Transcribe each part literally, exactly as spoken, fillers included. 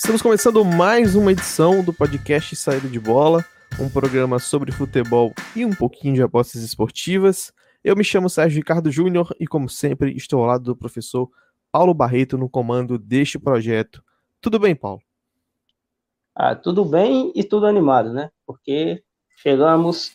Estamos começando mais uma edição do podcast Saída de Bola, um programa sobre futebol e um pouquinho de apostas esportivas. Eu me chamo Sérgio Ricardo Júnior e, como sempre, estou ao lado do professor Paulo Barreto no comando deste projeto. Tudo bem, Paulo? Ah, tudo bem e tudo animado, né? Porque chegamos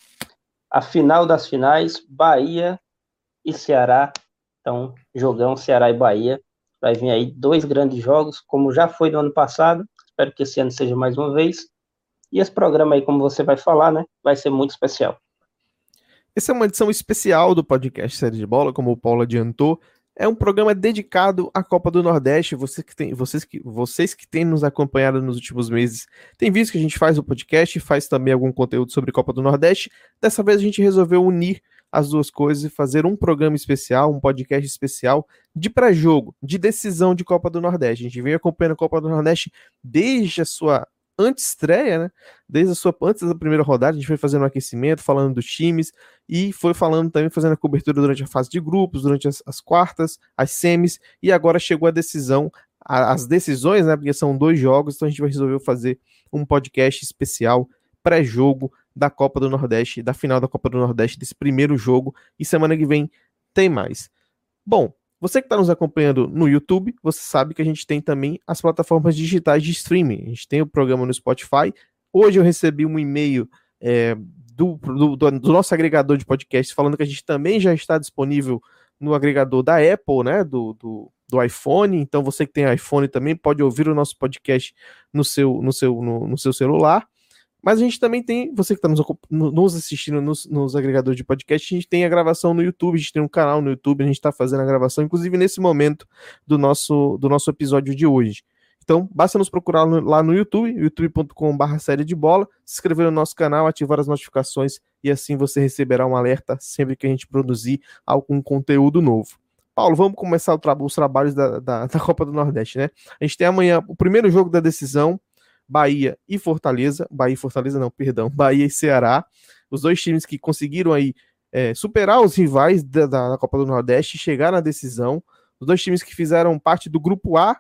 à final das finais, Bahia e Ceará. Então, jogão Ceará e Bahia. Vai vir aí dois grandes jogos, como já foi no ano passado. Espero que esse ano seja mais uma vez. E esse programa aí, como você vai falar, né? Vai ser muito especial. Essa é uma edição especial do podcast Série de Bola, como o Paulo adiantou. É um programa dedicado à Copa do Nordeste. Você que tem, vocês, que, vocês que têm nos acompanhado nos últimos meses têm visto que a gente faz o podcast, faz também algum conteúdo sobre Copa do Nordeste. Dessa vez a gente resolveu unir as duas coisas e fazer um programa especial, um podcast especial de pré-jogo, de decisão de Copa do Nordeste. A gente vem acompanhando a Copa do Nordeste desde a sua antes-estreia, né? Desde a sua, antes da primeira rodada, a gente foi fazendo um aquecimento, falando dos times, e foi falando também, fazendo a cobertura durante a fase de grupos, durante as, as quartas, as semis, e agora chegou a decisão, a, as decisões, né? Porque são dois jogos, então a gente resolveu fazer um podcast especial pré-jogo da Copa do Nordeste, da final da Copa do Nordeste, desse primeiro jogo, e semana que vem tem mais. Bom, você que está nos acompanhando no YouTube, você sabe que a gente tem também as plataformas digitais de streaming. A gente tem o programa no Spotify. Hoje eu recebi um e-mail é, do, do, do nosso agregador de podcast falando que a gente também já está disponível no agregador da Apple, né, do, do, do iPhone. Então você que tem iPhone também pode ouvir o nosso podcast no seu, no seu, no, no seu celular. Mas a gente também tem, você que está nos, nos assistindo nos, nos agregadores de podcast, a gente tem a gravação no YouTube, a gente tem um canal no YouTube, a gente está fazendo a gravação, inclusive nesse momento do nosso, do nosso episódio de hoje. Então, basta nos procurar lá no YouTube, youtube ponto com barra série de bola, se inscrever no nosso canal, ativar as notificações e assim você receberá um alerta sempre que a gente produzir algum conteúdo novo. Paulo, vamos começar tra- os trabalhos da, da, da Copa do Nordeste, né? A gente tem amanhã o primeiro jogo da decisão, Bahia e Fortaleza, Bahia e Fortaleza não, perdão, Bahia e Ceará, os dois times que conseguiram aí é, superar os rivais da, da, da Copa do Nordeste e chegar na decisão, os dois times que fizeram parte do Grupo A,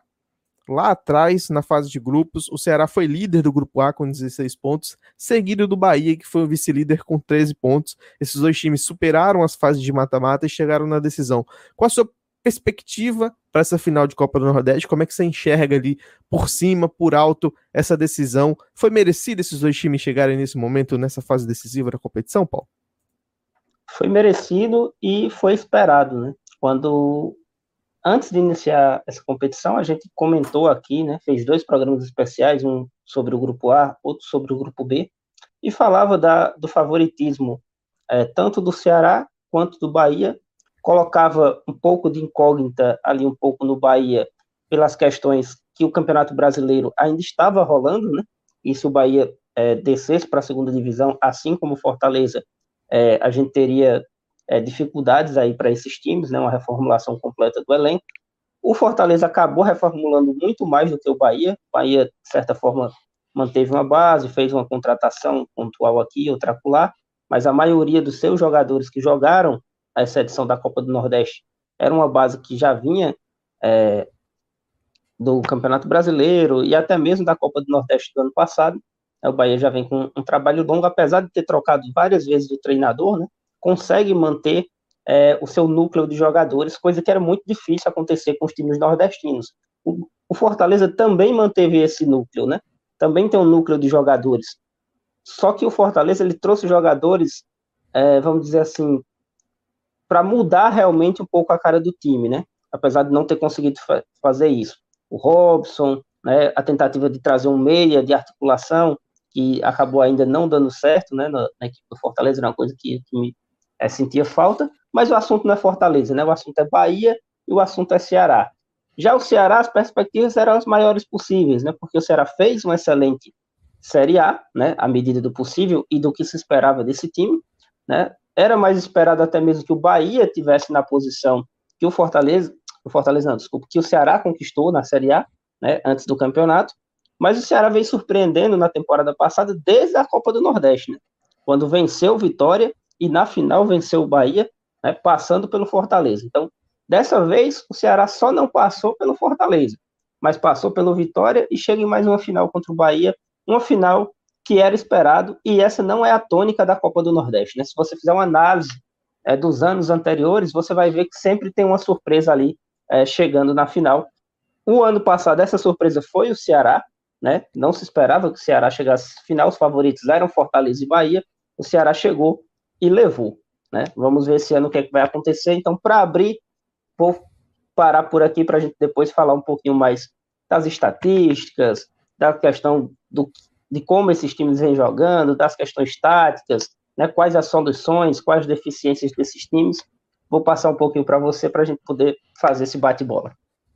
lá atrás, na fase de grupos, o Ceará foi líder do Grupo A com dezesseis pontos, seguido do Bahia, que foi o vice-líder com treze pontos. Esses dois times superaram as fases de mata-mata e chegaram na decisão. Qual a sua perspectiva para essa final de Copa do Nordeste? Como é que você enxerga ali por cima, por alto, essa decisão? Foi merecido esses dois times chegarem nesse momento, nessa fase decisiva da competição, Paulo? Foi merecido e foi esperado, né? Quando, antes de iniciar essa competição, a gente comentou aqui, né? Fez dois programas especiais, um sobre o Grupo A, outro sobre o Grupo B, e falava da, do favoritismo é, tanto do Ceará quanto do Bahia. Colocava um pouco de incógnita ali um pouco no Bahia pelas questões que o Campeonato Brasileiro ainda estava rolando, né? E se o Bahia é, descesse para a segunda divisão, assim como o Fortaleza, é, a gente teria é, dificuldades aí para esses times, né? Uma reformulação completa do elenco. O Fortaleza acabou reformulando muito mais do que o Bahia. O Bahia, de certa forma, manteve uma base, fez uma contratação pontual aqui, outra acolá, mas a maioria dos seus jogadores que jogaram essa edição da Copa do Nordeste era uma base que já vinha é, do Campeonato Brasileiro e até mesmo da Copa do Nordeste do ano passado. O Bahia já vem com um trabalho longo, apesar de ter trocado várias vezes o treinador, né, consegue manter é, o seu núcleo de jogadores, coisa que era muito difícil acontecer com os times nordestinos. O, o Fortaleza também manteve esse núcleo, né? Também tem um núcleo de jogadores. Só que o Fortaleza ele trouxe jogadores, é, vamos dizer assim, para mudar realmente um pouco a cara do time, né? Apesar de não ter conseguido fa- fazer isso. O Robson, né, a tentativa de trazer um meia de articulação, que acabou ainda não dando certo, né, na, na equipe do Fortaleza, era uma coisa que, que me é, sentia falta, mas o assunto não é Fortaleza, né? O assunto é Bahia e o assunto é Ceará. Já o Ceará, as perspectivas eram as maiores possíveis, né? Porque o Ceará fez uma excelente Série A, né, à medida do possível e do que se esperava desse time, né? Era mais esperado até mesmo que o Bahia tivesse na posição que o Fortaleza, o Fortaleza não, desculpa, que o Ceará conquistou na Série A, né, antes do campeonato, mas o Ceará veio surpreendendo na temporada passada desde a Copa do Nordeste, né, quando venceu o Vitória e na final venceu o Bahia, né, passando pelo Fortaleza. Então, dessa vez, o Ceará só não passou pelo Fortaleza, mas passou pelo Vitória e chega em mais uma final contra o Bahia, uma final que era esperado, e essa não é a tônica da Copa do Nordeste, né? Se você fizer uma análise é, dos anos anteriores, você vai ver que sempre tem uma surpresa ali é, chegando na final. O ano passado, essa surpresa foi o Ceará, né? Não se esperava que o Ceará chegasse à final, os favoritos eram Fortaleza e Bahia, o Ceará chegou e levou, né? Vamos ver esse ano o que, é que vai acontecer. Então, para abrir, vou parar por aqui para a gente depois falar um pouquinho mais das estatísticas, da questão do, de como esses times vêm jogando, das questões táticas, né? Quais as soluções, quais as deficiências desses times. Vou passar um pouquinho para você para a gente poder fazer esse bate-bola.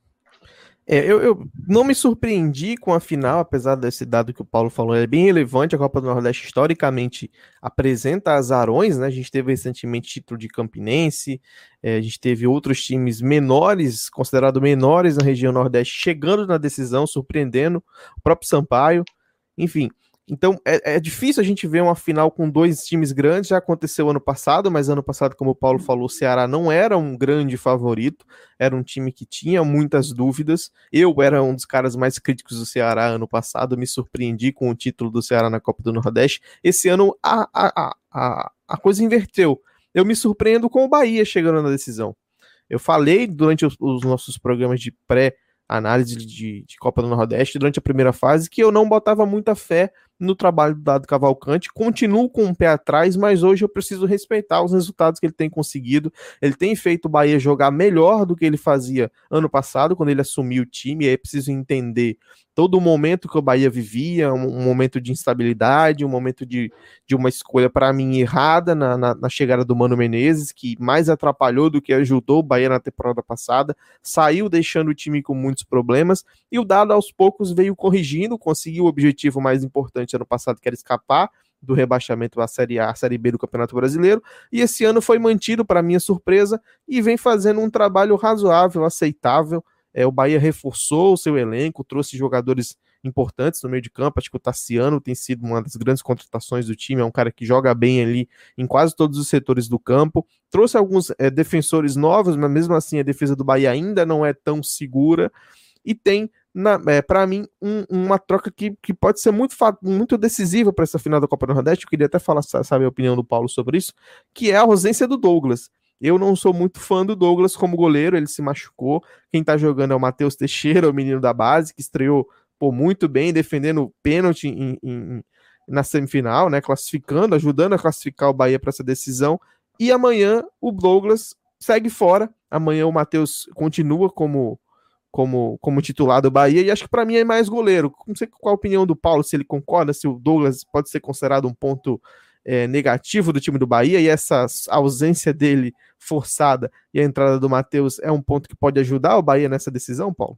É, eu, eu não me surpreendi com a final, apesar desse dado que o Paulo falou, é bem relevante. A Copa do Nordeste historicamente apresenta azarões, né? A gente teve recentemente título de Campinense, é, a gente teve outros times menores, considerados menores na região Nordeste, chegando na decisão, surpreendendo o próprio Sampaio, enfim. Então é, é difícil a gente ver uma final com dois times grandes. Já aconteceu ano passado, mas ano passado, como o Paulo falou, o Ceará não era um grande favorito, era um time que tinha muitas dúvidas. Eu era um dos caras mais críticos do Ceará ano passado, me surpreendi com o título do Ceará na Copa do Nordeste. Esse ano a, a, a, a coisa inverteu. Eu me surpreendo com o Bahia chegando na decisão. Eu falei durante os, os nossos programas de pré-análise de, de Copa do Nordeste, durante a primeira fase, que eu não botava muita fé no trabalho do Dado Cavalcante, continuo com o pé atrás, mas hoje eu preciso respeitar os resultados que ele tem conseguido. Ele tem feito o Bahia jogar melhor do que ele fazia ano passado, quando ele assumiu o time, e aí é preciso entender todo o momento que o Bahia vivia, um, um momento de instabilidade, um momento de, de uma escolha, para mim, errada na, na, na chegada do Mano Menezes, que mais atrapalhou do que ajudou o Bahia na temporada passada, saiu deixando o time com muitos problemas, e o Dado aos poucos veio corrigindo, conseguiu o objetivo mais importante ano passado, que era escapar do rebaixamento à Série A, à Série B do Campeonato Brasileiro, e esse ano foi mantido, para minha surpresa, e vem fazendo um trabalho razoável, aceitável. É, o Bahia reforçou o seu elenco, trouxe jogadores importantes no meio de campo. Acho que o Tassiano tem sido uma das grandes contratações do time, é um cara que joga bem ali em quase todos os setores do campo. Trouxe alguns é, defensores novos, mas mesmo assim a defesa do Bahia ainda não é tão segura, e tem É, para mim, um, uma troca que, que pode ser muito, muito decisiva para essa final da Copa do Nordeste. Eu queria até falar, sabe, a opinião do Paulo sobre isso, que é a ausência do Douglas. Eu não sou muito fã do Douglas como goleiro, ele se machucou. Quem tá jogando é o Matheus Teixeira, o menino da base, que estreou pô, muito bem, defendendo pênalti em, em, na semifinal, né, classificando, ajudando a classificar o Bahia para essa decisão. E amanhã o Douglas segue fora. Amanhã o Matheus continua como Como, como titular do Bahia, e acho que para mim é mais goleiro. Não sei qual a opinião do Paulo, se ele concorda, se o Douglas pode ser considerado um ponto é, negativo do time do Bahia, e essa ausência dele forçada e a entrada do Matheus é um ponto que pode ajudar o Bahia nessa decisão, Paulo?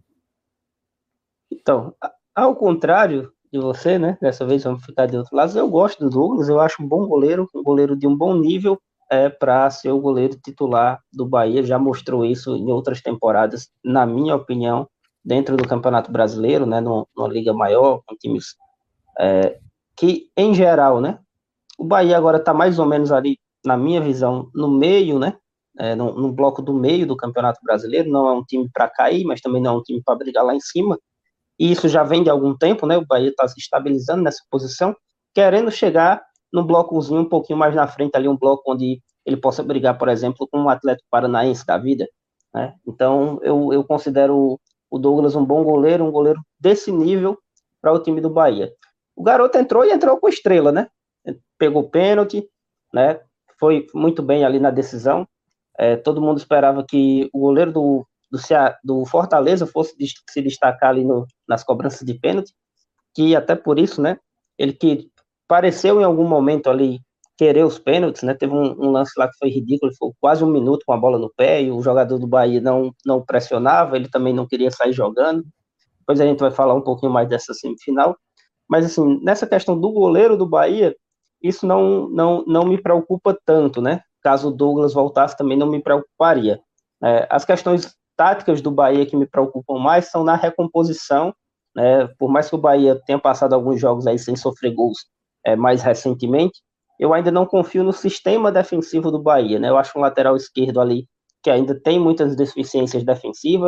Então, ao contrário de você, né, dessa vez vamos ficar de outro lado, eu gosto do Douglas, eu acho um bom goleiro, um goleiro de um bom nível, é, para ser o goleiro titular do Bahia, já mostrou isso em outras temporadas, na minha opinião, dentro do Campeonato Brasileiro, né, numa, numa liga maior, com times é, que, em geral, né, o Bahia agora está mais ou menos ali, na minha visão, no meio, né, é, no, no bloco do meio do Campeonato Brasileiro, não é um time para cair, mas também não é um time para brigar lá em cima, e isso já vem de algum tempo, né, o Bahia está se estabilizando nessa posição, querendo chegar num blocozinho um pouquinho mais na frente, ali um bloco onde ele possa brigar, por exemplo, com um Atlético Paranaense da vida, né? Então, eu, eu considero o Douglas um bom goleiro, um goleiro desse nível para o time do Bahia. O garoto entrou e entrou com estrela, né? Pegou pênalti, né? Foi muito bem ali na decisão. É, todo mundo esperava que o goleiro do, do, do Fortaleza fosse se destacar ali no, nas cobranças de pênalti, que até por isso, né? Ele que pareceu em algum momento ali querer os pênaltis, né? Teve um, um lance lá que foi ridículo, foi quase um minuto com a bola no pé e o jogador do Bahia não, não pressionava, ele também não queria sair jogando. Depois a gente vai falar um pouquinho mais dessa semifinal. Mas, assim, nessa questão do goleiro do Bahia, isso não, não, não me preocupa tanto, né? Caso o Douglas voltasse, também não me preocuparia. É, as questões táticas do Bahia que me preocupam mais são na recomposição, né? Por mais que o Bahia tenha passado alguns jogos aí sem sofrer gols é, mais recentemente, eu ainda não confio no sistema defensivo do Bahia, né? Eu acho um lateral esquerdo ali que ainda tem muitas deficiências defensivas.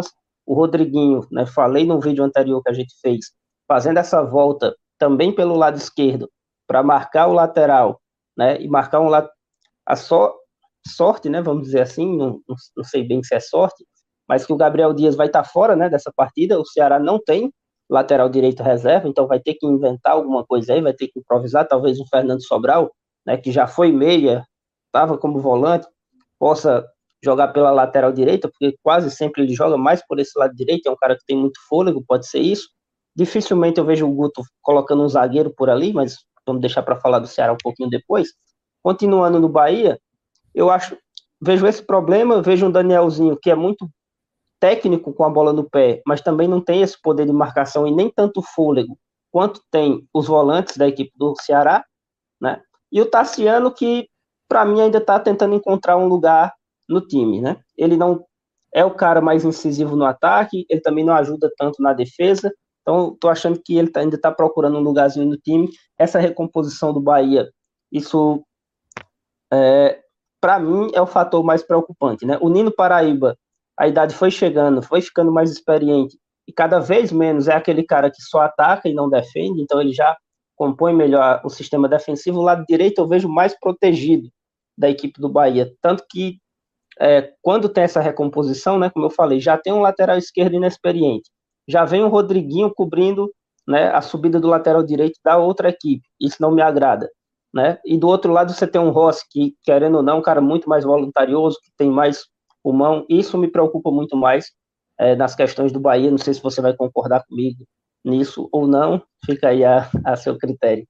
o Rodriguinho, né, falei no vídeo anterior que a gente fez, fazendo essa volta também pelo lado esquerdo, para marcar o lateral, né, e marcar um lado, a so, sorte, né, vamos dizer assim, não, não sei bem se é sorte, mas que o Gabriel Dias vai estar fora, né, dessa partida, o Ceará não tem lateral direito reserva, então vai ter que inventar alguma coisa aí, vai ter que improvisar, talvez um Fernando Sobral, né, que já foi meia, estava como volante, possa jogar pela lateral direita, porque quase sempre ele joga mais por esse lado direito, é um cara que tem muito fôlego, pode ser isso. Dificilmente eu vejo o Guto colocando um zagueiro por ali, mas vamos deixar para falar do Ceará um pouquinho depois. Continuando no Bahia, eu acho, vejo esse problema, vejo um Danielzinho que é muito técnico com a bola no pé, mas também não tem esse poder de marcação e nem tanto fôlego quanto tem os volantes da equipe do Ceará, né? E o Tassiano, que para mim ainda está tentando encontrar um lugar no time, né? Ele não é o cara mais incisivo no ataque, ele também não ajuda tanto na defesa, então estou achando que ele tá, ainda está procurando um lugarzinho no time. Essa recomposição do Bahia, isso é, para mim é o fator mais preocupante, né? O Nino Paraíba, a idade foi chegando, foi ficando mais experiente, e cada vez menos é aquele cara que só ataca e não defende, então ele já compõe melhor o sistema defensivo. O lado direito eu vejo mais protegido da equipe do Bahia, tanto que é, quando tem essa recomposição, né, como eu falei, já tem um lateral esquerdo inexperiente, já vem o Rodriguinho cobrindo, né, a subida do lateral direito da outra equipe, isso não me agrada, né? E do outro lado você tem um Rossi que, querendo ou não, é um cara muito mais voluntarioso, que tem mais pulmão, isso me preocupa muito mais é, nas questões do Bahia. Não sei se você vai concordar comigo nisso ou não, fica aí a, a seu critério.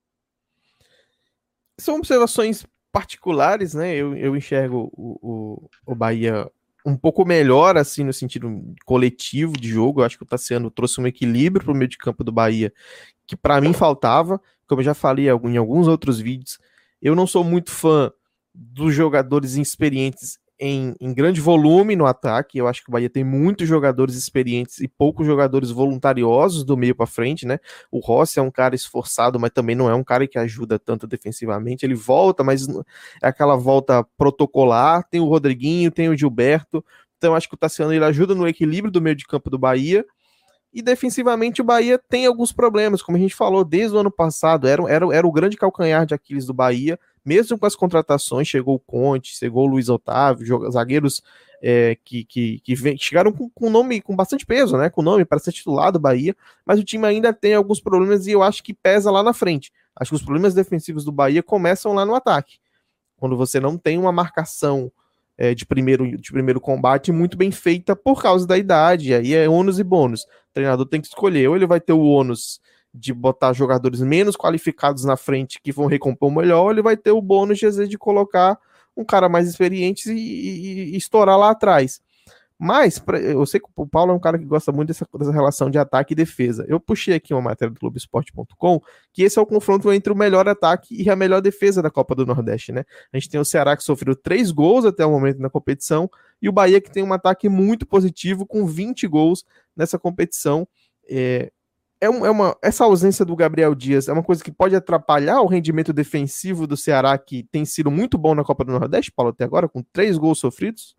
São observações particulares, né? Eu, eu enxergo o, o, o Bahia um pouco melhor, assim, no sentido coletivo de jogo. Eu acho que o Tassiano trouxe um equilíbrio para o meio de campo do Bahia, que para mim faltava, como eu já falei em alguns outros vídeos. Eu não sou muito fã dos jogadores inexperientes em, em grande volume no ataque. Eu acho que o Bahia tem muitos jogadores experientes e poucos jogadores voluntariosos do meio para frente, né? O Rossi é um cara esforçado, mas também não é um cara que ajuda tanto defensivamente. Ele volta, mas é aquela volta protocolar. Tem o Rodriguinho, tem o Gilberto. Então eu acho que o Tassiano ele ajuda no equilíbrio do meio de campo do Bahia. E defensivamente o Bahia tem alguns problemas, como a gente falou desde o ano passado, era, era, era o grande calcanhar de Aquiles do Bahia, mesmo com as contratações, chegou o Conte, chegou o Luiz Otávio, zagueiros é, que, que, que vem, chegaram com, com nome, com bastante peso, né, com nome para ser titular do Bahia, mas o time ainda tem alguns problemas e eu acho que pesa lá na frente. Acho que os problemas defensivos do Bahia começam lá no ataque, quando você não tem uma marcação É, de, primeiro, de primeiro combate muito bem feita por causa da idade, aí é ônus e bônus. O treinador tem que escolher, ou ele vai ter o ônus de botar jogadores menos qualificados na frente que vão recompor melhor, ou ele vai ter o bônus de, às vezes, de colocar um cara mais experiente e, e, e estourar lá atrás. Mas, pra, eu sei que o Paulo é um cara que gosta muito dessa, dessa relação de ataque e defesa. Eu puxei aqui uma matéria do Globo Esporte ponto com, que esse é o confronto entre o melhor ataque e a melhor defesa da Copa do Nordeste, né? A gente tem o Ceará que sofreu três gols até o momento na competição, e o Bahia que tem um ataque muito positivo, com vinte gols nessa competição. É, é, um, é uma, essa ausência do Gabriel Dias é uma coisa que pode atrapalhar o rendimento defensivo do Ceará, que tem sido muito bom na Copa do Nordeste, Paulo, até agora, com três gols sofridos?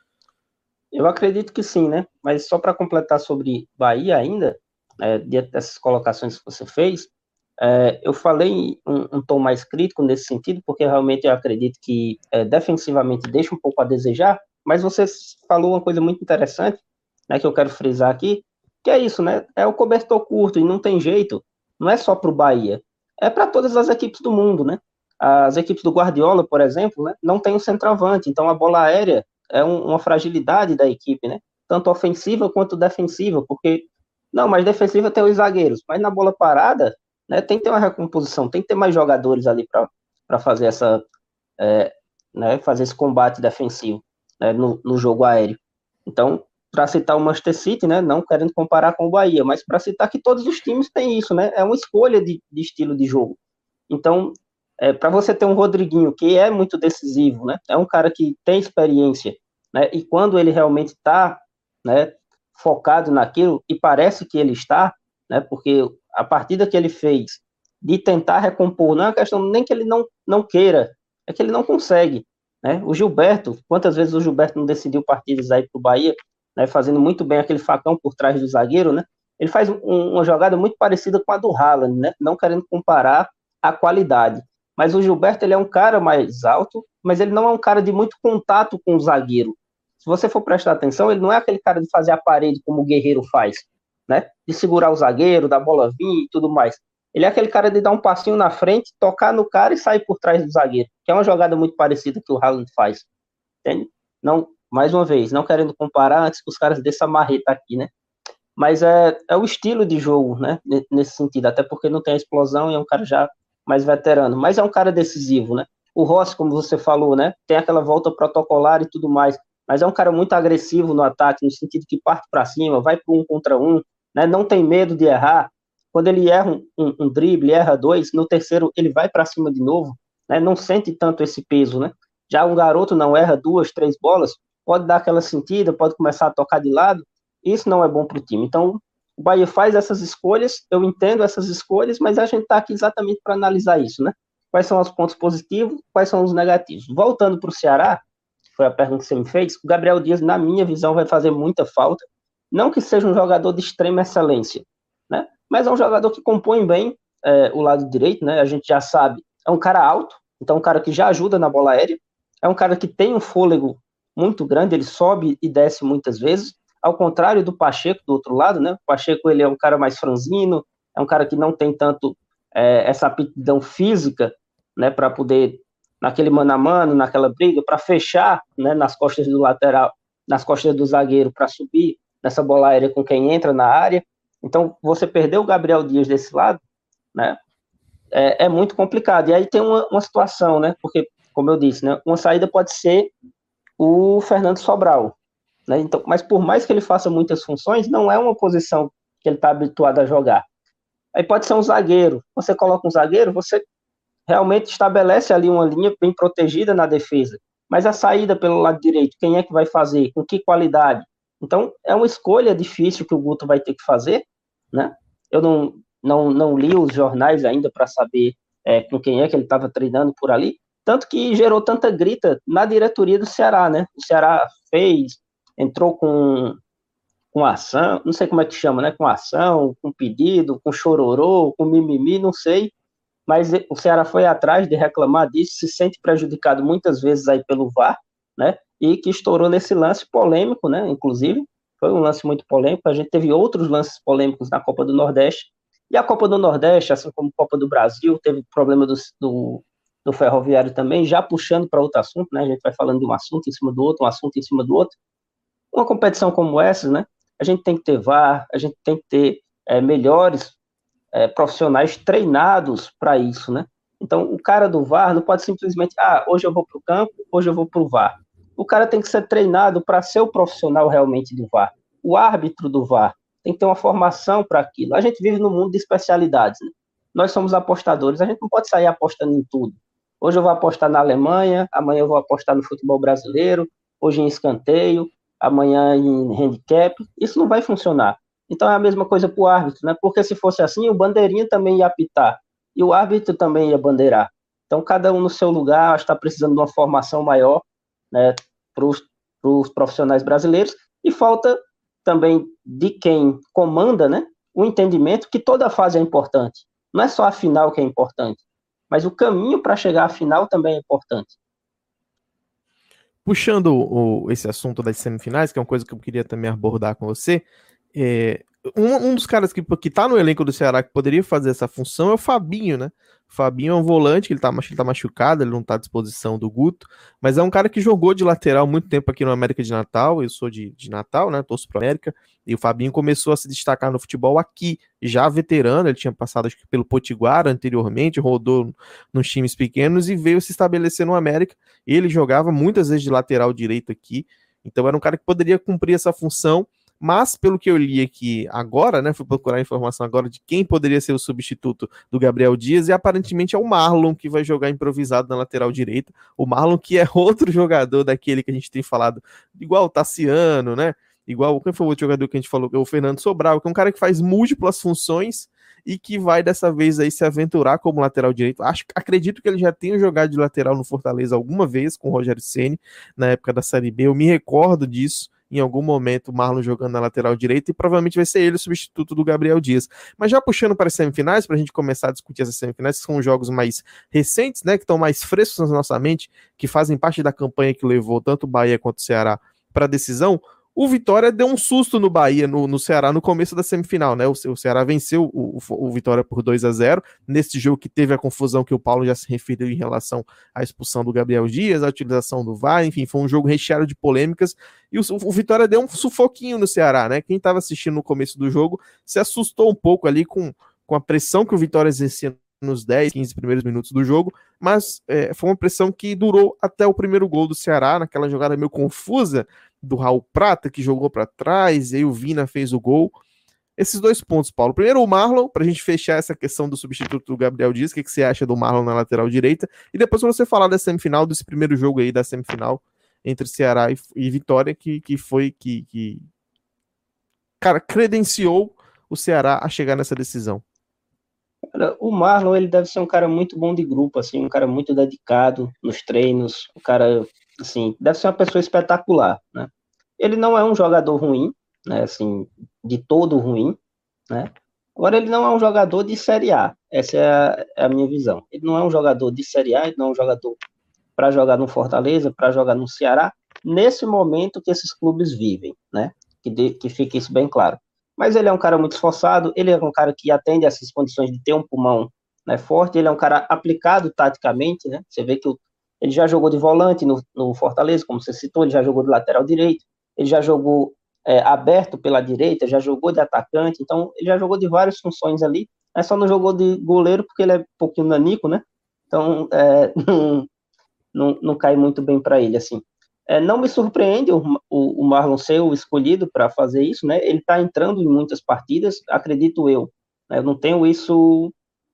Eu acredito que sim, né? Mas só para completar sobre Bahia ainda, é, dentro dessas colocações que você fez, é, eu falei um, um tom mais crítico nesse sentido, porque realmente eu acredito que é, defensivamente deixa um pouco a desejar, mas você falou uma coisa muito interessante, né, que eu quero frisar aqui, que é isso, né? É o cobertor curto e não tem jeito, não é só para o Bahia, é para todas as equipes do mundo, né? As equipes do Guardiola, por exemplo, né, não tem um centroavante, então a bola aérea é um, uma fragilidade da equipe, né? Tanto ofensiva quanto defensiva, porque, não, mas defensiva tem os zagueiros, mas na bola parada, né, tem que ter uma recomposição, tem que ter mais jogadores ali para fazer essa, é, né, fazer esse combate defensivo, né, no, no jogo aéreo. Então, para citar o Manchester City, né, não querendo comparar com o Bahia, mas para citar que todos os times têm isso, né? É uma escolha de, de estilo de jogo. Então, é, para você ter um Rodriguinho que é muito decisivo, né? É um cara que tem experiência, né? E quando ele realmente está, né, focado naquilo, e parece que ele está, né? Porque a partida que ele fez de tentar recompor, não é uma questão nem que ele não, não queira, é que ele não consegue, né? O Gilberto, quantas vezes o Gilberto não decidiu partidas aí para o Bahia? né, fazendo muito bem aquele facão por trás do zagueiro, né? Ele faz um, uma jogada muito parecida com a do Haaland, né? Não querendo comparar a qualidade. Mas o Gilberto, ele é um cara mais alto, mas ele não é um cara de muito contato com o zagueiro. Se você for prestar atenção, ele não é aquele cara de fazer a parede como o Guerreiro faz, né? De segurar o zagueiro, da bola vir e tudo mais. Ele é aquele cara de dar um passinho na frente, tocar no cara e sair por trás do zagueiro, que é uma jogada muito parecida que o Haaland faz. Entende? Não, mais uma vez, não querendo comparar antes que os caras dessa marreta aqui, né? Mas é, é o estilo de jogo, né? Nesse sentido, até porque não tem a explosão e é um cara já mais veterano, mas é um cara decisivo, né? O Rossi, como você falou, né? Tem aquela volta protocolar e tudo mais, mas é um cara muito agressivo no ataque, no sentido que parte para cima, vai para um contra um, né? Não tem medo de errar. Quando ele erra um, um, um drible, erra dois, no terceiro ele vai para cima de novo, né? Não sente tanto esse peso, né? Já um garoto não erra duas, três bolas, pode dar aquela sentida, pode começar a tocar de lado, isso não é bom para o time. Então, o Bahia faz essas escolhas, eu entendo essas escolhas, mas a gente está aqui exatamente para analisar isso, né? Quais são os pontos positivos, quais são os negativos. Voltando para o Ceará, que foi a pergunta que você me fez, o Gabriel Dias, na minha visão, vai fazer muita falta. Não que seja um jogador de extrema excelência, né? Mas é um jogador que compõe bem é, o lado direito, né? A gente já sabe, é um cara alto, então é um cara que já ajuda na bola aérea, é um cara que tem um fôlego muito grande, ele sobe e desce muitas vezes, ao contrário do Pacheco, do outro lado, né? O Pacheco, ele é um cara mais franzino, é um cara que não tem tanto é, essa aptidão física, né, para poder, naquele mano a mano, naquela briga, para fechar, né, nas costas do lateral, nas costas do zagueiro, para subir nessa bola aérea com quem entra na área. Então, você perdeu o Gabriel Dias desse lado, né, é, é muito complicado. E aí tem uma, uma situação, né, porque, como eu disse, né, uma saída pode ser o Fernando Sobral, né, então, mas por mais que ele faça muitas funções, não é uma posição que ele está habituado a jogar. Aí pode ser um zagueiro. Você coloca um zagueiro, você realmente estabelece ali uma linha bem protegida na defesa. Mas a saída pelo lado direito, quem é que vai fazer? Com que qualidade? Então, é uma escolha difícil que o Guto vai ter que fazer, né? Eu não, não, não li os jornais ainda para saber é, com quem é que ele estava treinando por ali, tanto que gerou tanta grita na diretoria do Ceará, né? O Ceará fez, entrou com, com ação, não sei como é que chama, né? Com ação, com pedido, com chororô, com mimimi, não sei, mas o Ceará foi atrás de reclamar disso, se sente prejudicado muitas vezes aí pelo V A R, né, e que estourou nesse lance polêmico, né, inclusive, foi um lance muito polêmico, a gente teve outros lances polêmicos na Copa do Nordeste, e a Copa do Nordeste, assim como a Copa do Brasil, teve problema do, do, do Ferroviário também, já puxando para outro assunto, né, a gente vai falando de um assunto em cima do outro, um assunto em cima do outro. Uma competição como essa, né, a gente tem que ter V A R, a gente tem que ter é, melhores É, profissionais treinados para isso, né? Então, o cara do V A R não pode simplesmente, ah, hoje eu vou para o campo, hoje eu vou para o V A R. O cara tem que ser treinado para ser o profissional realmente do V A R. O árbitro do V A R tem que ter uma formação para aquilo. A gente vive num mundo de especialidades, né? Nós somos apostadores, a gente não pode sair apostando em tudo. Hoje eu vou apostar na Alemanha, amanhã eu vou apostar no futebol brasileiro, hoje em escanteio, amanhã em handicap. Isso não vai funcionar. Então é a mesma coisa para o árbitro, né? Porque se fosse assim, o bandeirinha também ia apitar e o árbitro também ia bandeirar. Então cada um no seu lugar, está precisando de uma formação maior, né, para os profissionais brasileiros, e falta também de quem comanda, né, o entendimento que toda fase é importante. Não é só a final que é importante, mas o caminho para chegar à final também é importante. Puxando o, esse assunto das semifinais, que é uma coisa que eu queria também abordar com você, É, um, um dos caras que, que tá no elenco do Ceará que poderia fazer essa função é o Fabinho, né? O Fabinho é um volante, ele tá, ele tá machucado, ele não tá à disposição do Guto, mas é um cara que jogou de lateral muito tempo aqui no América de Natal, eu sou de, de Natal, né? Torço pro América, e o Fabinho começou a se destacar no futebol aqui, já veterano, ele tinha passado acho que pelo Potiguar anteriormente, rodou nos times pequenos e veio se estabelecer no América. Ele jogava muitas vezes de lateral direito aqui, então era um cara que poderia cumprir essa função. Mas, pelo que eu li aqui agora, né, fui procurar informação agora de quem poderia ser o substituto do Gabriel Dias, e aparentemente é o Marlon que vai jogar improvisado na lateral direita. O Marlon, que é outro jogador daquele que a gente tem falado, igual o Tassiano, né? Igual, quem foi o outro jogador que a gente falou? O Fernando Sobral, que é um cara que faz múltiplas funções e que vai dessa vez aí se aventurar como lateral direito. Acho, acredito que ele já tenha jogado de lateral no Fortaleza alguma vez com o Rogério Ceni na época da Série B. Eu me recordo disso. em algum momento o Marlon jogando na lateral direita e provavelmente vai ser ele o substituto do Gabriel Dias. Mas já puxando para as semifinais, para a gente começar a discutir essas semifinais, que são jogos mais recentes, né, que estão mais frescos na nossa mente, que fazem parte da campanha que levou tanto o Bahia quanto o Ceará para a decisão. O Vitória deu um susto no Bahia, no, no Ceará, no começo da semifinal, né? O, o Ceará venceu o, o, o Vitória por dois a zero, nesse jogo que teve a confusão que o Paulo já se referiu em relação à expulsão do Gabriel Dias, a utilização do V A R, enfim, foi um jogo recheado de polêmicas, e o, o Vitória deu um sufoquinho no Ceará, né? Quem estava assistindo no começo do jogo se assustou um pouco ali com, com a pressão que o Vitória exercia nos dez, quinze primeiros minutos do jogo, mas é, foi uma pressão que durou até o primeiro gol do Ceará, naquela jogada meio confusa do Raul Prata, que jogou para trás, e aí o Vina fez o gol. Esses dois pontos, Paulo. Primeiro o Marlon, para a gente fechar essa questão do substituto do Gabriel Dias, o que, que você acha do Marlon na lateral direita, e depois para você falar da semifinal, desse primeiro jogo aí, da semifinal entre Ceará e, e Vitória, que, que foi que, que, cara, credenciou o Ceará a chegar nessa decisão. O Marlon, ele deve ser um cara muito bom de grupo, assim, um cara muito dedicado nos treinos, um cara, assim, deve ser uma pessoa espetacular, né? Ele não é um jogador ruim, né, assim, de todo ruim, né? Agora, ele não é um jogador de Série A, essa é a, é a minha visão. Ele não é um jogador de Série A, ele não é um jogador para jogar no Fortaleza, para jogar no Ceará, nesse momento que esses clubes vivem, né? Que, de, que fique isso bem claro. Mas ele é um cara muito esforçado, ele é um cara que atende a essas condições de ter um pulmão, né, forte, ele é um cara aplicado taticamente, né? Você vê que o, ele já jogou de volante no, no Fortaleza, como você citou, ele já jogou de lateral direito, ele já jogou é, aberto pela direita, já jogou de atacante, então ele já jogou de várias funções ali, mas só não jogou de goleiro porque ele é um pouquinho nanico, né? Então é, não, não, não cai muito bem para ele, assim. É, não me surpreende o, o, o Marlon ser o escolhido para fazer isso, né? Ele está entrando em muitas partidas, acredito eu. Né? Eu não tenho isso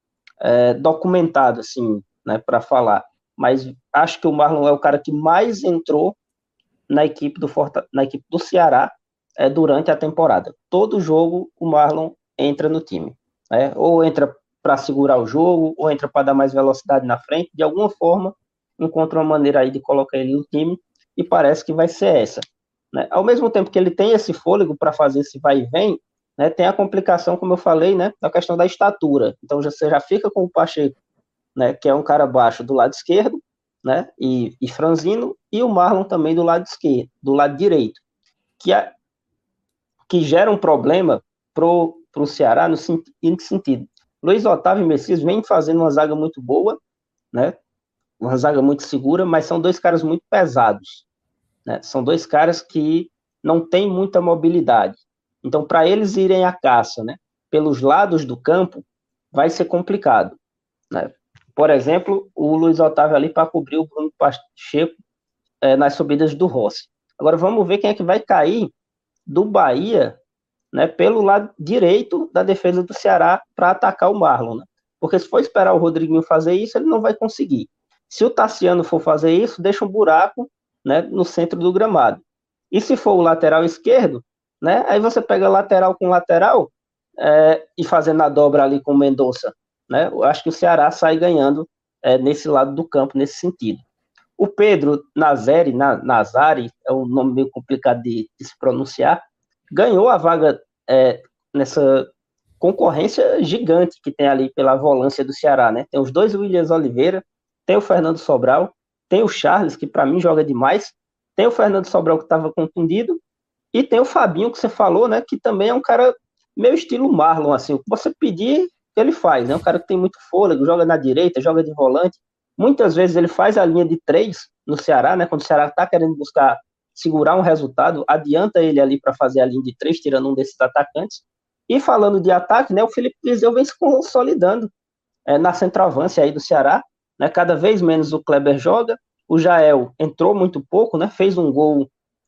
é, documentado, assim, né, para falar. Mas acho que o Marlon é o cara que mais entrou na equipe do, Forta, na equipe do Ceará é, durante a temporada. Todo jogo o Marlon entra no time. Né? Ou entra para segurar o jogo, ou entra para dar mais velocidade na frente. De alguma forma, encontra uma maneira aí de colocar ele no time, e parece que vai ser essa. Né? Ao mesmo tempo que ele tem esse fôlego para fazer esse vai e vem, né, tem a complicação, como eu falei, né, da questão da estatura. Então já, você já fica com o Pacheco, né, que é um cara baixo do lado esquerdo, né, e, e franzino, e o Marlon também do lado esquerdo, do lado direito, que, é, que gera um problema pro, pro Ceará no seguinte sentido. Luiz Otávio e Messias vem fazendo uma zaga muito boa, né, uma zaga muito segura, mas são dois caras muito pesados, né? São dois caras que não têm muita mobilidade. Então, para eles irem à caça, né, pelos lados do campo, vai ser complicado. Né? Por exemplo, o Luiz Otávio ali para cobrir o Bruno Pacheco é, nas subidas do Rossi. Agora, vamos ver quem é que vai cair do Bahia, né, pelo lado direito da defesa do Ceará para atacar o Marlon. Né? Porque se for esperar o Rodriguinho fazer isso, ele não vai conseguir. Se o Tassiano for fazer isso, deixa um buraco, né, no centro do gramado. E se for o lateral esquerdo, né, aí você pega lateral com lateral é, e fazendo a dobra ali com o Mendonça. Né, eu acho que o Ceará sai ganhando é, nesse lado do campo, nesse sentido. O Pedro Nazari, Na, Nazari, é um nome meio complicado de, de se pronunciar, ganhou a vaga é, nessa concorrência gigante que tem ali pela volância do Ceará. Né? Tem os dois Williams Oliveira, tem o Fernando Sobral, tem o Charles, que para mim joga demais, tem o Fernando Sobral, que estava contundido, e tem o Fabinho, que você falou, né, que também é um cara meio estilo Marlon, assim, o que você pedir, ele faz, né, um cara que tem muito fôlego, joga na direita, joga de volante, muitas vezes ele faz a linha de três no Ceará, né, quando o Ceará está querendo buscar segurar um resultado, adianta ele ali para fazer a linha de três, tirando um desses atacantes. E falando de ataque, né, o Felipe Viseu vem se consolidando é, na centroavância aí do Ceará, né, cada vez menos o Kleber joga, o Jael entrou muito pouco, né, fez um gol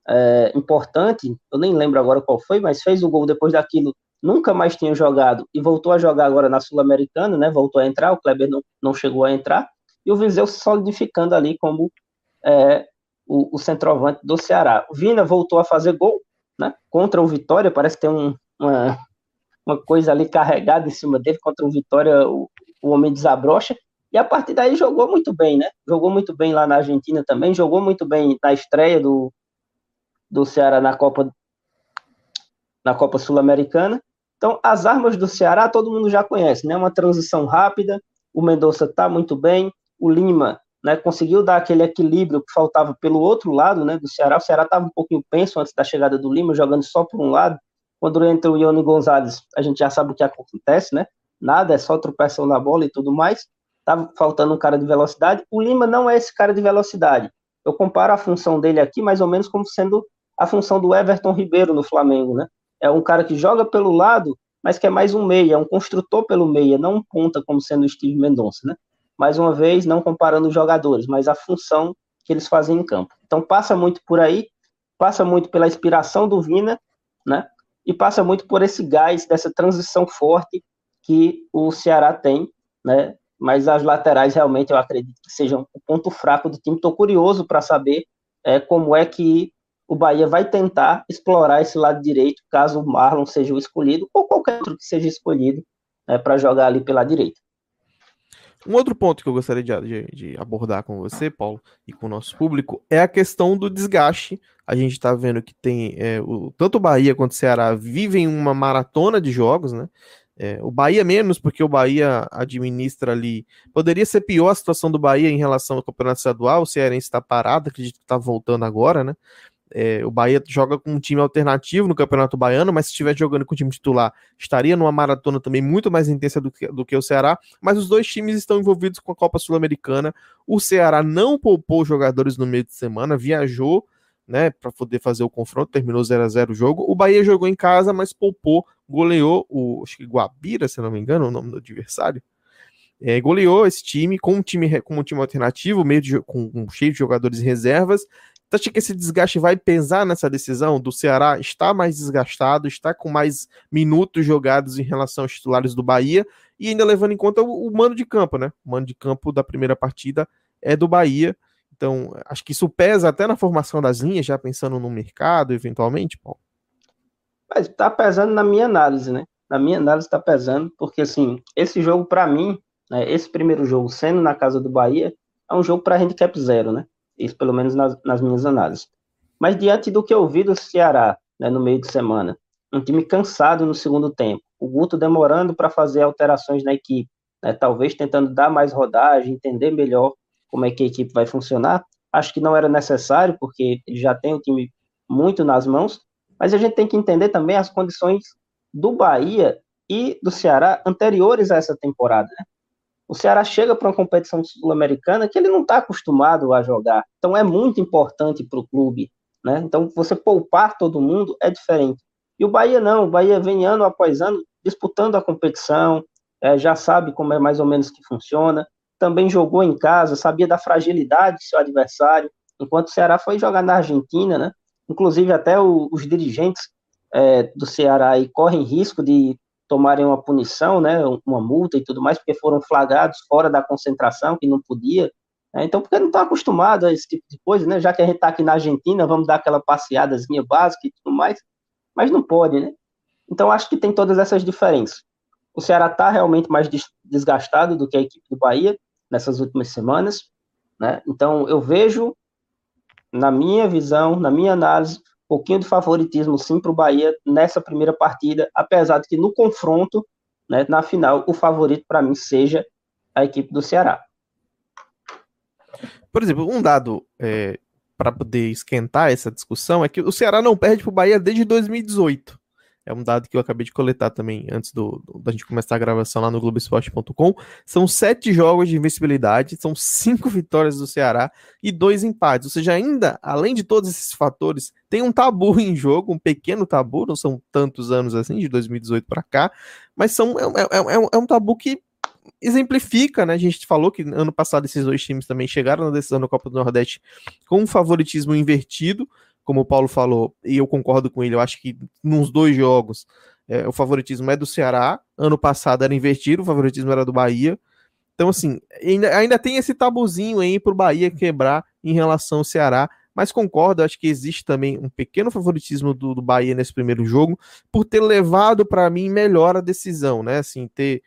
é, importante, eu nem lembro agora qual foi, mas fez o gol depois daquilo, nunca mais tinha jogado e voltou a jogar agora na Sul-Americana, né, voltou a entrar, o Kleber não, não chegou a entrar, e o Viseu se solidificando ali como é, o, o centroavante do Ceará. O Vina voltou a fazer gol, né, contra o Vitória, parece que tem um, uma, uma coisa ali carregada em cima dele, contra o Vitória o, o homem desabrocha, e a partir daí jogou muito bem, né? Jogou muito bem lá na Argentina também, jogou muito bem na estreia do, do Ceará na Copa, na Copa Sul-Americana. Então, as armas do Ceará todo mundo já conhece, né? Uma transição rápida, o Mendonça está muito bem, o Lima, né, conseguiu dar aquele equilíbrio que faltava pelo outro lado, né, do Ceará. O Ceará estava um pouquinho penso antes da chegada do Lima, jogando só por um lado. Quando entra o Ione Gonzalez, a gente já sabe o que acontece, né? Nada, é só tropeção na bola e tudo mais. Tava faltando um cara de velocidade. O Lima não é esse cara de velocidade. Eu comparo a função dele aqui mais ou menos como sendo a função do Everton Ribeiro no Flamengo, né? É um cara que joga pelo lado, mas que é mais um meia, é um construtor pelo meia, não um ponta como sendo o Steve Mendonça, né? Mais uma vez, não comparando os jogadores, mas a função que eles fazem em campo. Então passa muito por aí, passa muito pela inspiração do Vina, né? E passa muito por esse gás, dessa transição forte que o Ceará tem, né? Mas as laterais realmente eu acredito que sejam o ponto fraco do time. Estou curioso para saber é, como é que o Bahia vai tentar explorar esse lado direito, caso o Marlon seja o escolhido, ou qualquer outro que seja escolhido é, para jogar ali pela direita. Um outro ponto que eu gostaria de, de, de abordar com você, Paulo, e com o nosso público, é a questão do desgaste. A gente está vendo que tem é, o, tanto o Bahia quanto o Ceará vivem uma maratona de jogos, né? É, o Bahia menos, porque o Bahia administra ali. Poderia ser pior a situação do Bahia em relação ao campeonato estadual. O Cearense está parado, acredito que está voltando agora, né? É, o Bahia joga com um time alternativo no Campeonato Baiano, mas se estiver jogando com o time titular, estaria numa maratona também muito mais intensa do que, do que o Ceará, mas os dois times estão envolvidos com a Copa Sul-Americana. O Ceará não poupou jogadores no meio de semana, viajou, né, para poder fazer o confronto, terminou zero a zero o jogo. O Bahia jogou em casa, mas poupou, goleou o, acho que Guabira, se não me engano, o nome do adversário. É, goleou esse time com um time, com um time alternativo, meio de, com, com cheio de jogadores em reservas. Você acha que esse desgaste vai pesar nessa decisão do Ceará? Está mais desgastado, está com mais minutos jogados em relação aos titulares do Bahia, e ainda levando em conta o, o mando de campo, né? O mando de campo da primeira partida é do Bahia. Então, acho que isso pesa até na formação das linhas, já pensando no mercado, eventualmente, Paulo. Mas tá pesando na minha análise, né? Na minha análise tá pesando, porque assim, esse jogo para mim, né, esse primeiro jogo sendo na casa do Bahia, é um jogo para handicap zero, né? Isso pelo menos nas, nas minhas análises. Mas diante do que eu vi do Ceará, né, no meio de semana, um time cansado no segundo tempo, o Guto demorando para fazer alterações na equipe, né, talvez tentando dar mais rodagem, entender melhor como é que a equipe vai funcionar, acho que não era necessário, porque ele já tem o time muito nas mãos, mas a gente tem que entender também as condições do Bahia e do Ceará anteriores a essa temporada, né? O Ceará chega para uma competição sul-americana que ele não está acostumado a jogar. Então é muito importante para o clube, né? Então você poupar todo mundo é diferente. E o Bahia não, o Bahia vem ano após ano disputando a competição, é, já sabe como é mais ou menos que funciona, também jogou em casa, sabia da fragilidade do seu adversário, enquanto o Ceará foi jogar na Argentina, né? Inclusive até o, os dirigentes é, do Ceará aí correm risco de tomarem uma punição, né, uma multa e tudo mais, porque foram flagrados fora da concentração, que não podia, né? Então, porque não estão acostumados a esse tipo de coisa, né, já que a gente está aqui na Argentina, vamos dar aquela passeadazinha básica e tudo mais, mas não pode, né? Então, acho que tem todas essas diferenças. O Ceará está realmente mais desgastado do que a equipe do Bahia nessas últimas semanas, né? Então, eu vejo, na minha visão, na minha análise, um pouquinho de favoritismo sim para o Bahia nessa primeira partida, apesar de que no confronto, né, na final, o favorito para mim seja a equipe do Ceará. Por exemplo, um dado é, para poder esquentar essa discussão é que o Ceará não perde para o Bahia desde dois mil e dezoito. É um dado que eu acabei de coletar também antes do, do, da gente começar a gravação lá no Globo Esporte ponto com. São sete jogos de invencibilidade, são cinco vitórias do Ceará e dois empates. Ou seja, ainda, além de todos esses fatores, tem um tabu em jogo, um pequeno tabu, não são tantos anos assim, de dois mil e dezoito para cá, mas são, é, é, é, é um tabu que exemplifica, né? A gente falou que ano passado esses dois times também chegaram na decisão da Copa do Nordeste com um favoritismo invertido, como o Paulo falou, e eu concordo com ele, eu acho que nos dois jogos é, o favoritismo é do Ceará, ano passado era invertido, o favoritismo era do Bahia, então assim, ainda, ainda tem esse tabuzinho aí pro Bahia quebrar em relação ao Ceará, mas concordo, acho que existe também um pequeno favoritismo do, do Bahia nesse primeiro jogo, por ter levado para mim melhor a decisão, né, assim, ter,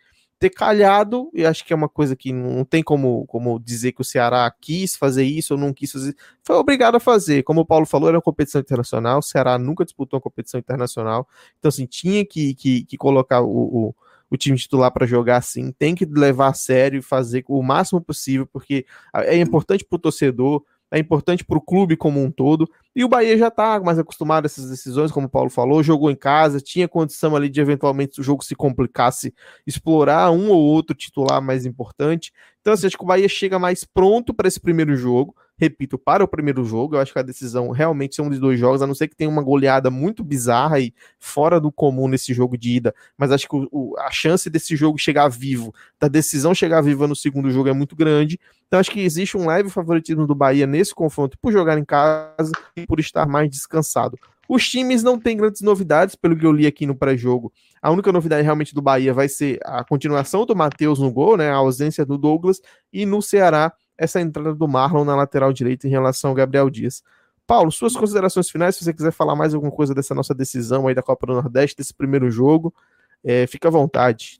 ter calhado, e acho que é uma coisa que não tem como, como dizer que o Ceará quis fazer isso ou não quis fazer, foi obrigado a fazer. Como o Paulo falou, era uma competição internacional, o Ceará nunca disputou uma competição internacional, então assim, tinha que, que, que colocar o, o, o time titular para jogar assim, tem que levar a sério e fazer o máximo possível, porque é importante para o torcedor, é importante para o clube como um todo, e o Bahia já está mais acostumado a essas decisões, como o Paulo falou, jogou em casa, tinha condição ali de eventualmente, se o jogo se complicasse, explorar um ou outro titular mais importante. Então, assim, acho que o Bahia chega mais pronto para esse primeiro jogo, repito, para o primeiro jogo. Eu acho que a decisão realmente são dos dois jogos, a não ser que tenha uma goleada muito bizarra e fora do comum nesse jogo de ida, mas acho que o, o, a chance desse jogo chegar vivo, da decisão chegar viva no segundo jogo é muito grande. Então acho que existe um leve favoritismo do Bahia nesse confronto por jogar em casa e por estar mais descansado. Os times não têm grandes novidades, pelo que eu li aqui no pré-jogo. A única novidade realmente do Bahia vai ser a continuação do Matheus no gol, né, a ausência do Douglas, e no Ceará, essa entrada do Marlon na lateral direita em relação ao Gabriel Dias. Paulo, suas considerações finais, se você quiser falar mais alguma coisa dessa nossa decisão aí da Copa do Nordeste, desse primeiro jogo, é, fica à vontade.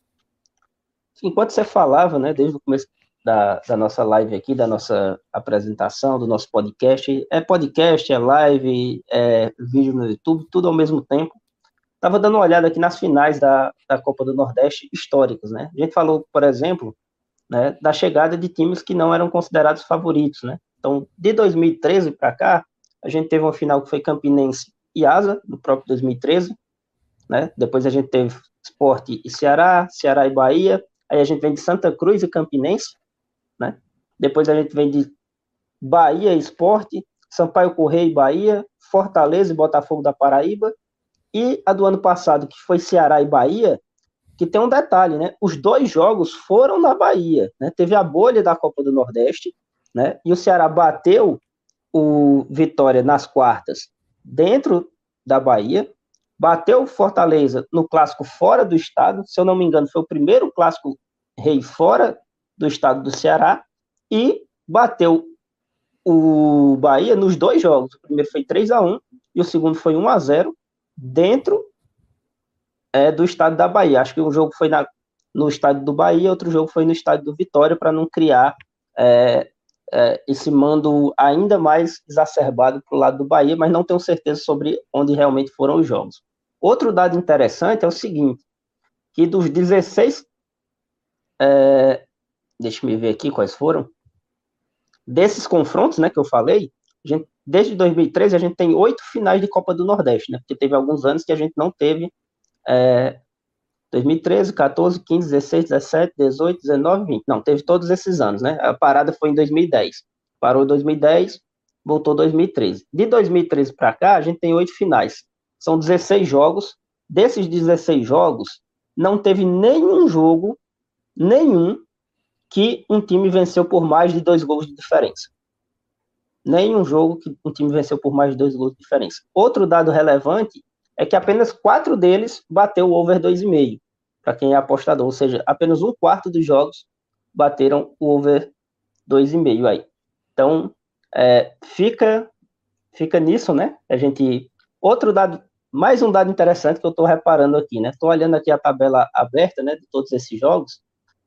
Enquanto você falava, né, desde o começo da, da nossa live aqui, da nossa apresentação, do nosso podcast, é podcast, é live, é vídeo no YouTube, tudo ao mesmo tempo. Estava dando uma olhada aqui nas finais da, da Copa do Nordeste históricas, né? A gente falou, por exemplo, né, da chegada de times que não eram considerados favoritos, né? Então, de dois mil e treze para cá, a gente teve uma final que foi Campinense e Asa, no próprio dois mil e treze, né? Depois a gente teve Sport e Ceará, Ceará e Bahia, aí a gente vem de Santa Cruz e Campinense, né? Depois a gente vem de Bahia e Sport, Sampaio Corrêa e Bahia, Fortaleza e Botafogo da Paraíba, e a do ano passado, que foi Ceará e Bahia, que tem um detalhe, né? Os dois jogos foram na Bahia, né? Teve a bolha da Copa do Nordeste, né? E o Ceará bateu o Vitória nas quartas dentro da Bahia, bateu o Fortaleza no clássico fora do estado, se eu não me engano, foi o primeiro clássico rei fora do estado do Ceará, e bateu o Bahia nos dois jogos. O primeiro foi três a um e o segundo foi um a zero dentro é, do estado da Bahia. Acho que um jogo foi na, no estádio do Bahia, outro jogo foi no estádio do Vitória, para não criar é, é, esse mando ainda mais exacerbado para o lado do Bahia, mas não tenho certeza sobre onde realmente foram os jogos. Outro dado interessante é o seguinte, que dos dezesseis, é, deixa eu ver aqui quais foram, desses confrontos, né, que eu falei, a gente, desde dois mil e treze a gente tem oito finais de Copa do Nordeste, né, porque teve alguns anos que a gente não teve, é, dois mil e treze, quatorze, quinze, dezesseis, dezessete, dezoito, dezenove, vinte, não, teve todos esses anos, né, a parada foi em dois mil e dez, parou em dois mil e dez, voltou dois mil e treze. De dois mil e treze para cá, a gente tem oito finais, são dezesseis jogos, desses dezesseis jogos, não teve nenhum jogo, nenhum, que um time venceu por mais de dois gols de diferença. Nenhum jogo que um time venceu por mais de dois gols de diferença. Outro dado relevante é que apenas quatro deles bateu o over dois vírgula cinco, para quem é apostador, ou seja, apenas um quarto dos jogos bateram o over dois vírgula cinco aí. Então, é, fica, fica nisso, né? A gente... Outro dado, mais um dado interessante que eu estou reparando aqui, né? Estou olhando aqui a tabela aberta, né, de todos esses jogos.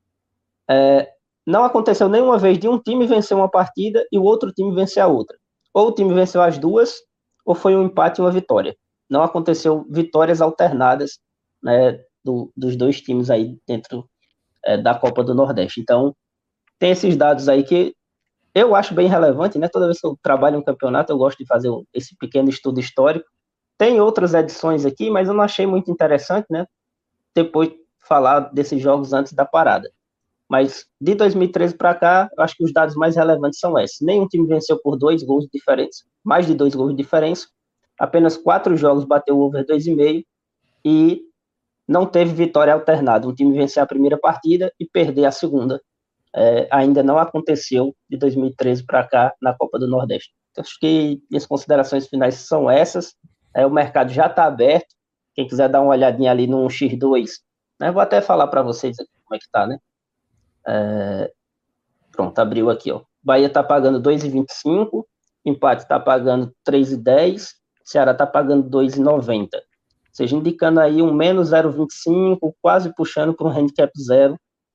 É, não aconteceu nenhuma vez de um time vencer uma partida e o outro time vencer a outra. Ou o time venceu as duas, ou foi um empate e uma vitória. Não aconteceu vitórias alternadas, né, do, dos dois times aí dentro é, da Copa do Nordeste. Então, tem esses dados aí que eu acho bem relevante, né? Toda vez que eu trabalho em um campeonato, eu gosto de fazer esse pequeno estudo histórico. Tem outras edições aqui, mas eu não achei muito interessante, né? Depois falar desses jogos antes da parada. Mas de dois mil e treze para cá, eu acho que os dados mais relevantes são esses. Nenhum time venceu por dois gols de diferença, mais de dois gols de diferença. Apenas quatro jogos bateu o over dois vírgula cinco e não teve vitória alternada. Um time vencer a primeira partida e perder a segunda. É, ainda não aconteceu de dois mil e treze para cá na Copa do Nordeste. Então, acho que as considerações finais são essas. É, o mercado já está aberto. Quem quiser dar uma olhadinha ali no xis dois, né, vou até falar para vocês aqui como é que está, né? É, pronto, abriu aqui, ó. Bahia está pagando dois vírgula vinte e cinco, empate está pagando três vírgula dez, Ceará está pagando dois vírgula noventa. Ou seja, indicando aí um menos zero vírgula vinte e cinco, quase puxando para um handicap zero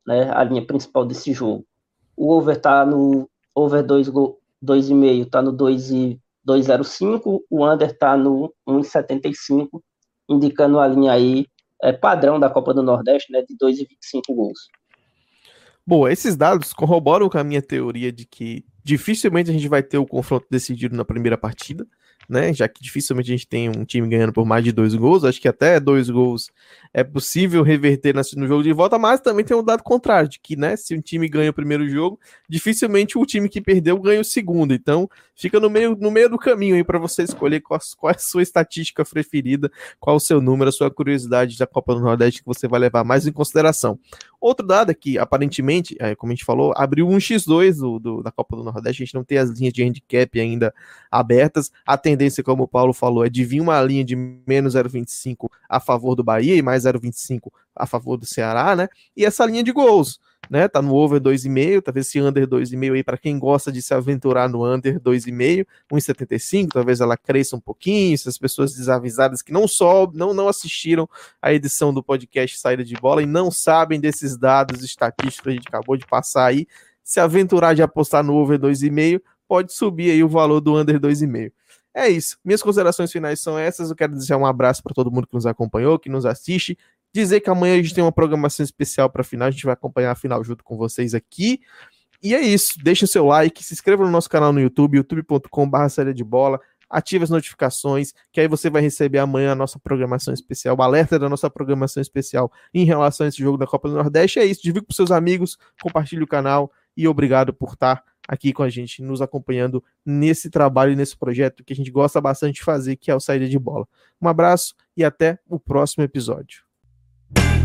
né, a linha principal desse jogo. O over tá no over dois e meio, tá no dois vírgula zero cinco, o under tá no um vírgula setenta e cinco, indicando a linha aí é, padrão da Copa do Nordeste, né, de dois vírgula vinte e cinco gols. Boa, esses dados corroboram com a minha teoria de que dificilmente a gente vai ter o confronto decidido na primeira partida, né? Já que dificilmente a gente tem um time ganhando por mais de dois gols. Acho que até dois gols é possível reverter no jogo de volta, mas também tem um dado contrário, de que, né, se um time ganha o primeiro jogo, dificilmente o time que perdeu ganha o segundo. Então, fica no meio, no meio do caminho aí para você escolher qual, qual é a sua estatística preferida, qual o seu número, a sua curiosidade da Copa do Nordeste que você vai levar mais em consideração. Outro dado é que, aparentemente, como a gente falou, abriu um por dois do, do, da Copa do Nordeste, a gente não tem as linhas de handicap ainda abertas. A tendência, como o Paulo falou, é de vir uma linha de menos zero vírgula vinte e cinco a favor do Bahia e mais zero vírgula vinte e cinco a favor do Ceará, né? E essa linha de gols, né? Tá no over dois vírgula cinco, talvez esse under dois vírgula cinco aí, para quem gosta de se aventurar no under dois vírgula cinco, um vírgula setenta e cinco, talvez ela cresça um pouquinho, se as pessoas desavisadas que não só não, não assistiram a edição do podcast Saída de Bola e não sabem desses dados estatísticos que a gente acabou de passar aí, se aventurar de apostar no over dois vírgula cinco, pode subir aí o valor do under dois vírgula cinco. É isso. Minhas considerações finais são essas. Eu quero desejar um abraço para todo mundo que nos acompanhou, que nos assiste. Dizer que amanhã a gente tem uma programação especial para a final. A gente vai acompanhar a final junto com vocês aqui. E é isso. Deixe o seu like, se inscreva no nosso canal no YouTube, youtube ponto com barra saída de bola. Ative as notificações, que aí você vai receber amanhã a nossa programação especial, o alerta da nossa programação especial em relação a esse jogo da Copa do Nordeste. É isso. Divulgue para seus amigos, compartilhe o canal e obrigado por estar aqui com a gente, nos acompanhando nesse trabalho e nesse projeto que a gente gosta bastante de fazer, que é o Saída de Bola. Um abraço e até o próximo episódio.